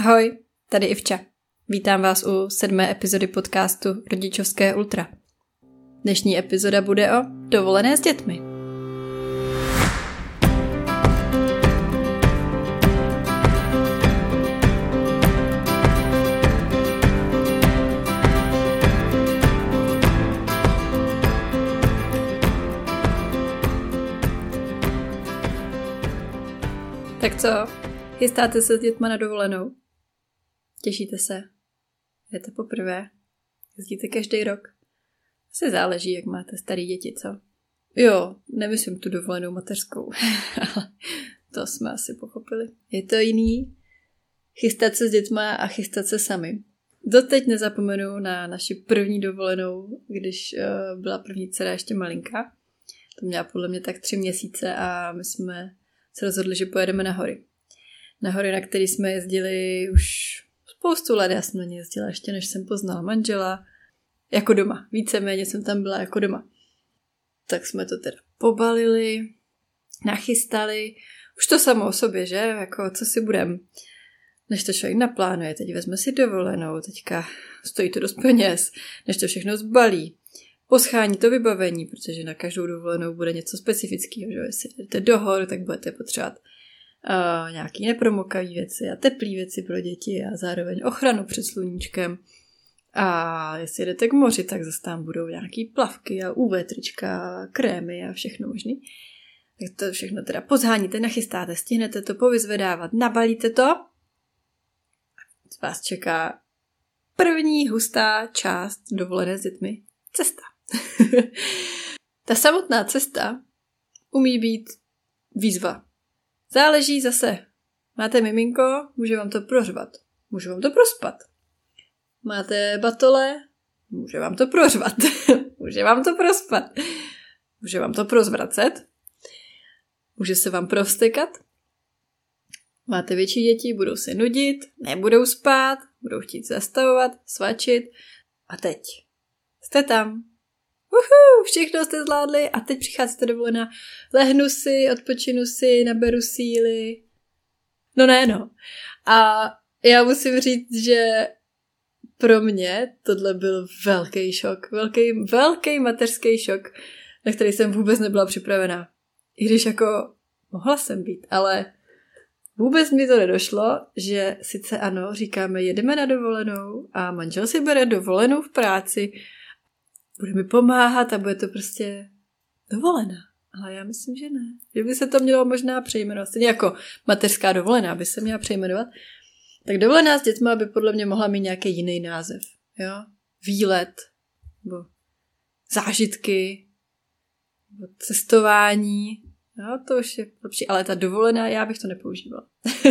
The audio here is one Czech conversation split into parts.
Ahoj, tady Ivča. Vítám vás u 7. epizody podcastu Rodičovské ultra. Dnešní epizoda bude o dovolené s dětmi. Tak co? Chystáte se s dětma na dovolenou? Těšíte se? Jdete poprvé? Jezdíte každý rok? Asi záleží, jak máte starý děti, co? Jo, nemyslím tu dovolenou mateřskou, ale to jsme asi pochopili. Je to jiný chystat se s dětma a chystat se sami. Doteď nezapomenu na naši první dovolenou, když byla první dcera ještě malinká. To měla podle mě tak 3 měsíce a my jsme se rozhodli, že pojedeme na hory. Na hory, na který jsme jezdili už spoustu let. Já jsem na ně jezdila ještě, než jsem poznala manžela. Jako doma. Víceméně jsem tam byla jako doma. Tak jsme to teda pobalili, nachystali. Už to samo o sobě, že? Jako co si budem. Než to člověk naplánuje, teď vezme si dovolenou, teďka stojí to dost peněz, než to všechno zbalí. Poschání to vybavení, protože na každou dovolenou bude něco specifického, že? Jestli jdete do hor, tak budete potřebovat nějaký nepromokavý věci a teplý věci pro děti a zároveň ochranu před sluníčkem. A jestli jdete k moři, tak zase tam budou nějaký plavky a UV trička, krémy a všechno možný. Tak to všechno teda pozháníte, nachystáte, stihnete to povyzvedávat, nabalíte to. Vás čeká první hustá část dovolené s dětmi. Cesta. Ta samotná cesta umí být výzva. Záleží zase. Máte miminko, může vám to prořvat. Může vám to prospat. Máte batole, může vám to prořvat. Může vám to prospat. Může vám to prozvracet. Může se vám provstekat. Máte větší děti, budou se nudit, nebudou spát, budou chtít zastavovat, svačit. A teď jste tam. Všechno jste zvládli a teď přicházíte dovolená. Lehnu si, odpočinu si, naberu síly. No. A já musím říct, že pro mě tohle byl velký šok. Velký mateřský šok, na který jsem vůbec nebyla připravená. I když jako mohla jsem být, ale vůbec mi to nedošlo, že sice ano, říkáme, jedeme na dovolenou a manžel si bere dovolenou v práci, bude mi pomáhat a bude to prostě dovolená. Ale já myslím, že ne. Že by se to mělo možná přejmenovat. Stejně jako mateřská dovolená by se měla přejmenovat. Tak dovolená s dětma by podle mě mohla mít nějaký jiný název. Jo? Výlet, nebo zážitky, nebo cestování. Jo, to už je lepší. Ale ta dovolená, já bych to nepoužívala.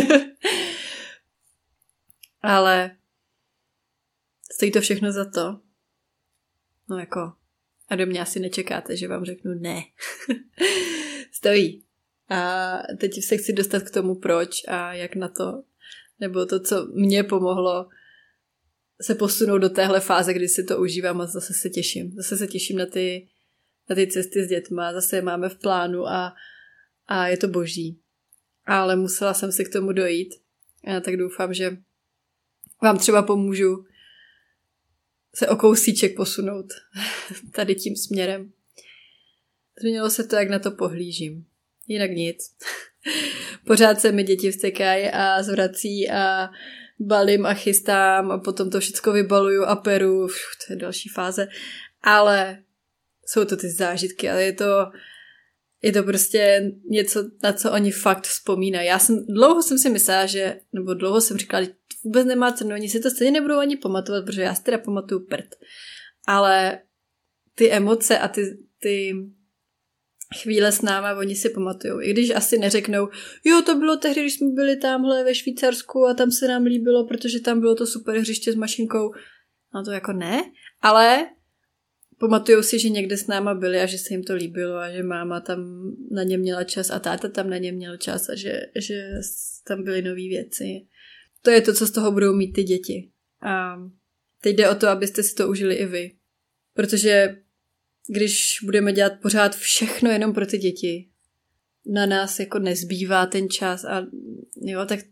Ale stojí to všechno za to. No jako, a do mě asi nečekáte, že vám řeknu ne. Stojí. A teď se chci dostat k tomu proč a jak na to, nebo to, co mě pomohlo se posunout do téhle fáze, kdy si to užívám a zase se těším. Zase se těším na ty cesty s dětma, zase je máme v plánu a je to boží. Ale musela jsem si k tomu dojít. A tak doufám, že vám třeba pomůžu se o kousíček posunout tady tím směrem. Změnilo se to, jak na to pohlížím. Jinak nic. Pořád se mi děti vstekají a zvrací a balím a chystám a potom to všecko vybaluju a peru. To je další fáze. Ale jsou to ty zážitky, ale je to prostě něco, na co oni fakt vzpomínají. Dlouho jsem si myslela, dlouho jsem říkala, že vůbec nemá cenu, oni si to stejně nebudou ani pamatovat, protože já si teda pamatuju prd. Ale ty emoce a ty chvíle s náma oni si pamatujou. I když asi neřeknou, jo, to bylo tehdy, když jsme byli tamhle ve Švýcarsku a tam se nám líbilo, protože tam bylo to super hřiště s mašinkou. No to jako ne, ale pamatujou si, že někde s náma byli a že se jim to líbilo a že máma tam na ně měla čas a táta tam na ně měl čas a že tam byly nový věci. To je to, co z toho budou mít ty děti. A teď jde o to, abyste si to užili i vy. Protože když budeme dělat pořád všechno jenom pro ty děti, na nás jako nezbývá ten čas a jo, tak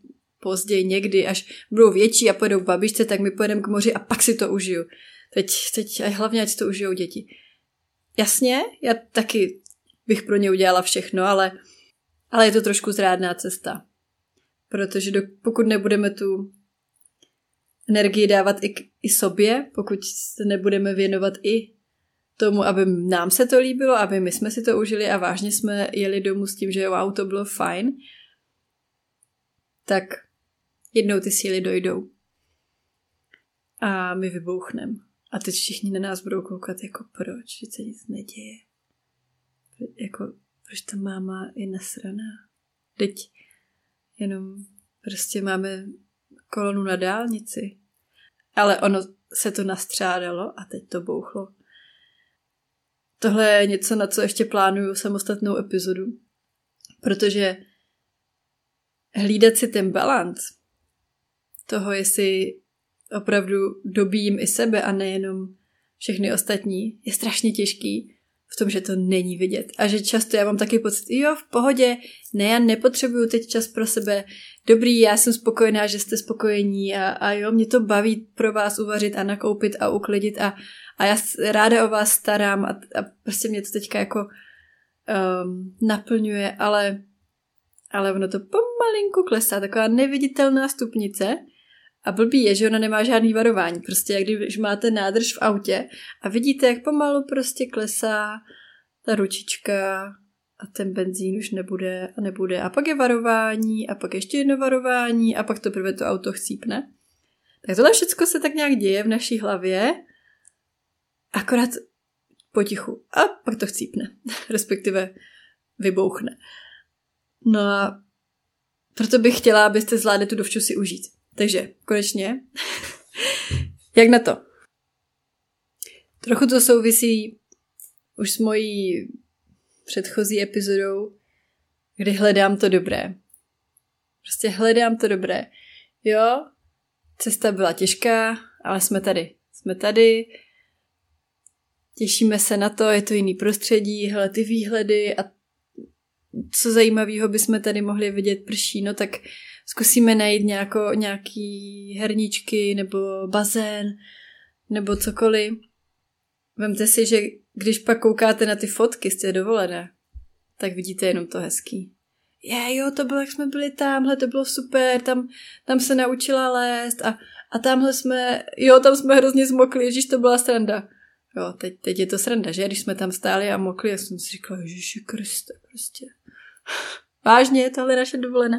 později někdy, až budou větší a pojedou k babičce, tak my pojedeme k moři a pak si to užiju. Teď a hlavně, ať si to užijou děti. Jasně, já taky bych pro ně udělala všechno, ale je to trošku zrádná cesta. Protože pokud nebudeme tu energii dávat i sobě, pokud se nebudeme věnovat i tomu, aby nám se to líbilo, aby my jsme si to užili a vážně jsme jeli domů s tím, že wow, to bylo fajn, tak jednou ty síly dojdou. A my vybouchneme. A teď všichni na nás budou koukat jako proč, že se nic neděje. Jako, proč ta máma je nasraná. Teď jenom prostě máme kolonu na dálnici. Ale ono se to nastřádalo a teď to bouchlo. Tohle je něco, na co ještě plánuju samostatnou epizodu. Protože hlídat si ten balanc toho, jestli opravdu dobíjím i sebe a nejenom všechny ostatní, je strašně těžký v tom, že to není vidět. A že často já mám taky pocit, jo, v pohodě, ne, já nepotřebuju teď čas pro sebe, dobrý, já jsem spokojená, že jste spokojení a jo, mě to baví pro vás uvařit a nakoupit a uklidit a já ráda o vás starám a prostě mě to teďka jako naplňuje, ale ono to pomalinku klesá, taková neviditelná stupnice. A blbý je, že ona nemá žádný varování. Prostě jak když máte nádrž v autě a vidíte, jak pomalu prostě klesá ta ručička a ten benzín už nebude a nebude. A pak je varování a pak ještě jedno varování a pak teprve to auto chcípne. Tak tohle všecko se tak nějak děje v naší hlavě, akorát potichu. A pak to chcípne, respektive vybouchne. No a proto bych chtěla, abyste zvládli tu dovču si užít. Takže konečně, jak na to? Trochu to souvisí už s mojí předchozí epizodou, kdy hledám to dobré. Prostě hledám to dobré. Jo, cesta byla těžká, ale jsme tady. Jsme tady, těšíme se na to, je to jiný prostředí, hele ty výhledy a co zajímavého bychom tady mohli vidět, prší, no tak zkusíme najít nějaký herničky nebo bazén nebo cokoliv. Vemte si, že když pak koukáte na ty fotky z té dovolené, tak vidíte jenom to hezký. Jo, to bylo, jak jsme byli tamhle, to bylo super, tam se naučila lézt a tamhle tam jsme hrozně zmokli, ježiš, to byla sranda. Jo, teď je to sranda, že? Když jsme tam stáli a mokli, já jsem si říkala, Ježiši Kriste, prostě. Vážně, tohle je naše dovolená.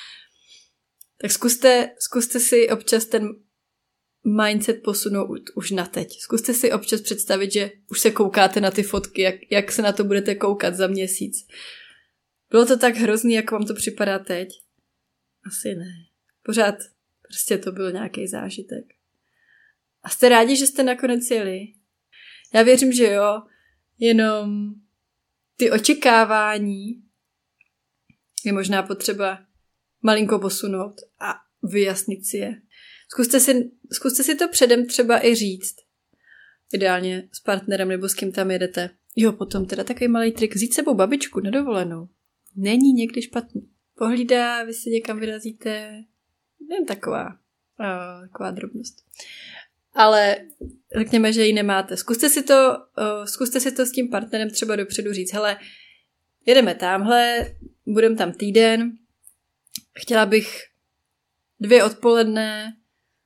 Tak zkuste si občas ten mindset posunout už na teď. Zkuste si občas představit, že už se koukáte na ty fotky, jak se na to budete koukat za měsíc. Bylo to tak hrozný, jak vám to připadá teď? Asi ne. Pořád prostě to byl nějaký zážitek. A jste rádi, že jste nakonec jeli? Já věřím, že jo. Jenom ty očekávání je možná potřeba malinko posunout a vyjasnit si je. Zkuste si to předem třeba i říct. Ideálně s partnerem nebo s kým tam jedete. Jo, potom teda takový malý trik. Vzít sebou babičku na dovolenou. Není někdy špatný. Pohlídá, vy se někam vyrazíte. Jen taková drobnost. Ale řekněme, že ji nemáte. Zkuste si to s tím partnerem třeba dopředu říct. Hele, jedeme tamhle, budeme tam týden. Chtěla bych 2 odpoledne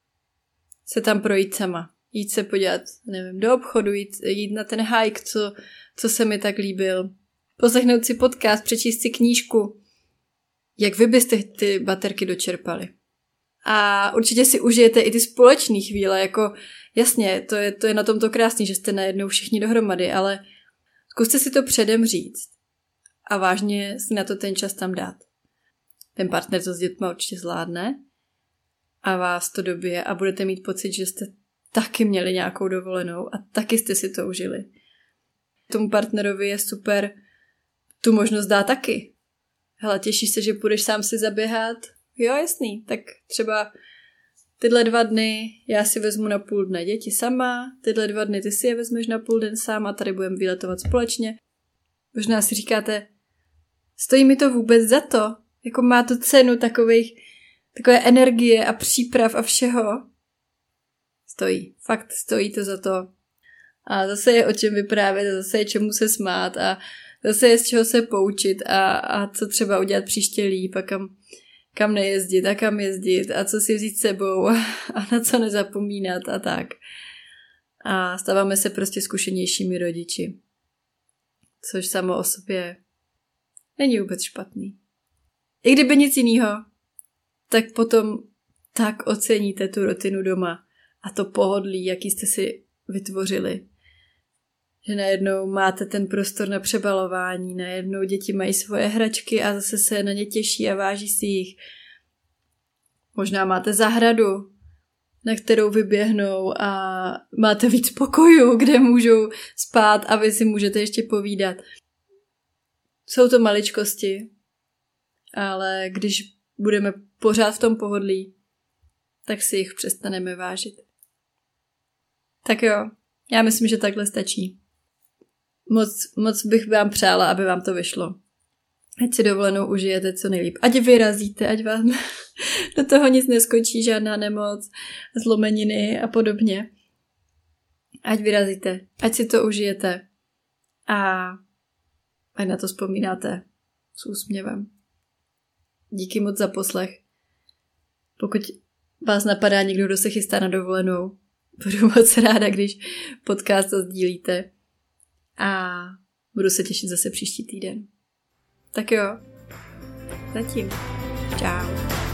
se tam projít sama. Jít se podívat, nevím, do obchodu, jít na ten hike, co se mi tak líbil. Poslechnout si podcast, přečíst si knížku. Jak vy byste ty baterky dočerpali. A určitě si užijete i ty společné chvíle, jako jasně, to je na tom to krásný, že jste najednou všichni dohromady, ale zkuste si to předem říct a vážně si na to ten čas tam dát. Ten partner to s dětma určitě zvládne a vás to dobije a budete mít pocit, že jste taky měli nějakou dovolenou a taky jste si to užili. Tomu partnerovi je super tu možnost dát taky. Hele, těšíš se, že půjdeš sám si zaběhat? Jo, jasný, tak třeba tyhle 2 dny já si vezmu na půl dne děti sama, tyhle 2 dny ty si je vezmeš na půl den sám a tady budeme výletovat společně. Možná si říkáte, stojí mi to vůbec za to? Jako má to cenu takových takové energie a příprav a všeho stojí. Fakt stojí to za to. A zase je o čem vyprávět, a zase je čemu se smát a zase je z čeho se poučit a co třeba udělat příště líp a kam nejezdit a kam jezdit a co si vzít s sebou a na co nezapomínat a tak. A stáváme se prostě zkušenějšími rodiči. Což samo o sobě není vůbec špatný. I kdyby nic jiného, tak potom tak oceníte tu rutinu doma a to pohodlí, jaký jste si vytvořili. Že najednou máte ten prostor na přebalování, najednou děti mají svoje hračky a zase se na ně těší a váží si jich. Možná máte zahradu, na kterou vyběhnou a máte víc pokojů, kde můžou spát a vy si můžete ještě povídat. Jsou to maličkosti, ale když budeme pořád v tom pohodlí, tak si jich přestaneme vážit. Tak jo, já myslím, že takhle stačí. Moc bych vám přála, aby vám to vyšlo. Ať si dovolenou užijete co nejlíp. Ať vyrazíte, ať vám do toho nic neskočí, žádná nemoc, zlomeniny a podobně. Ať vyrazíte, ať si to užijete a ať na to vzpomínáte s úsměvem. Díky moc za poslech. Pokud vás napadá někdo, kdo se chystá na dovolenou, budu moc ráda, když podcast sdílíte a budu se těšit zase příští týden. Tak jo, zatím. Čau.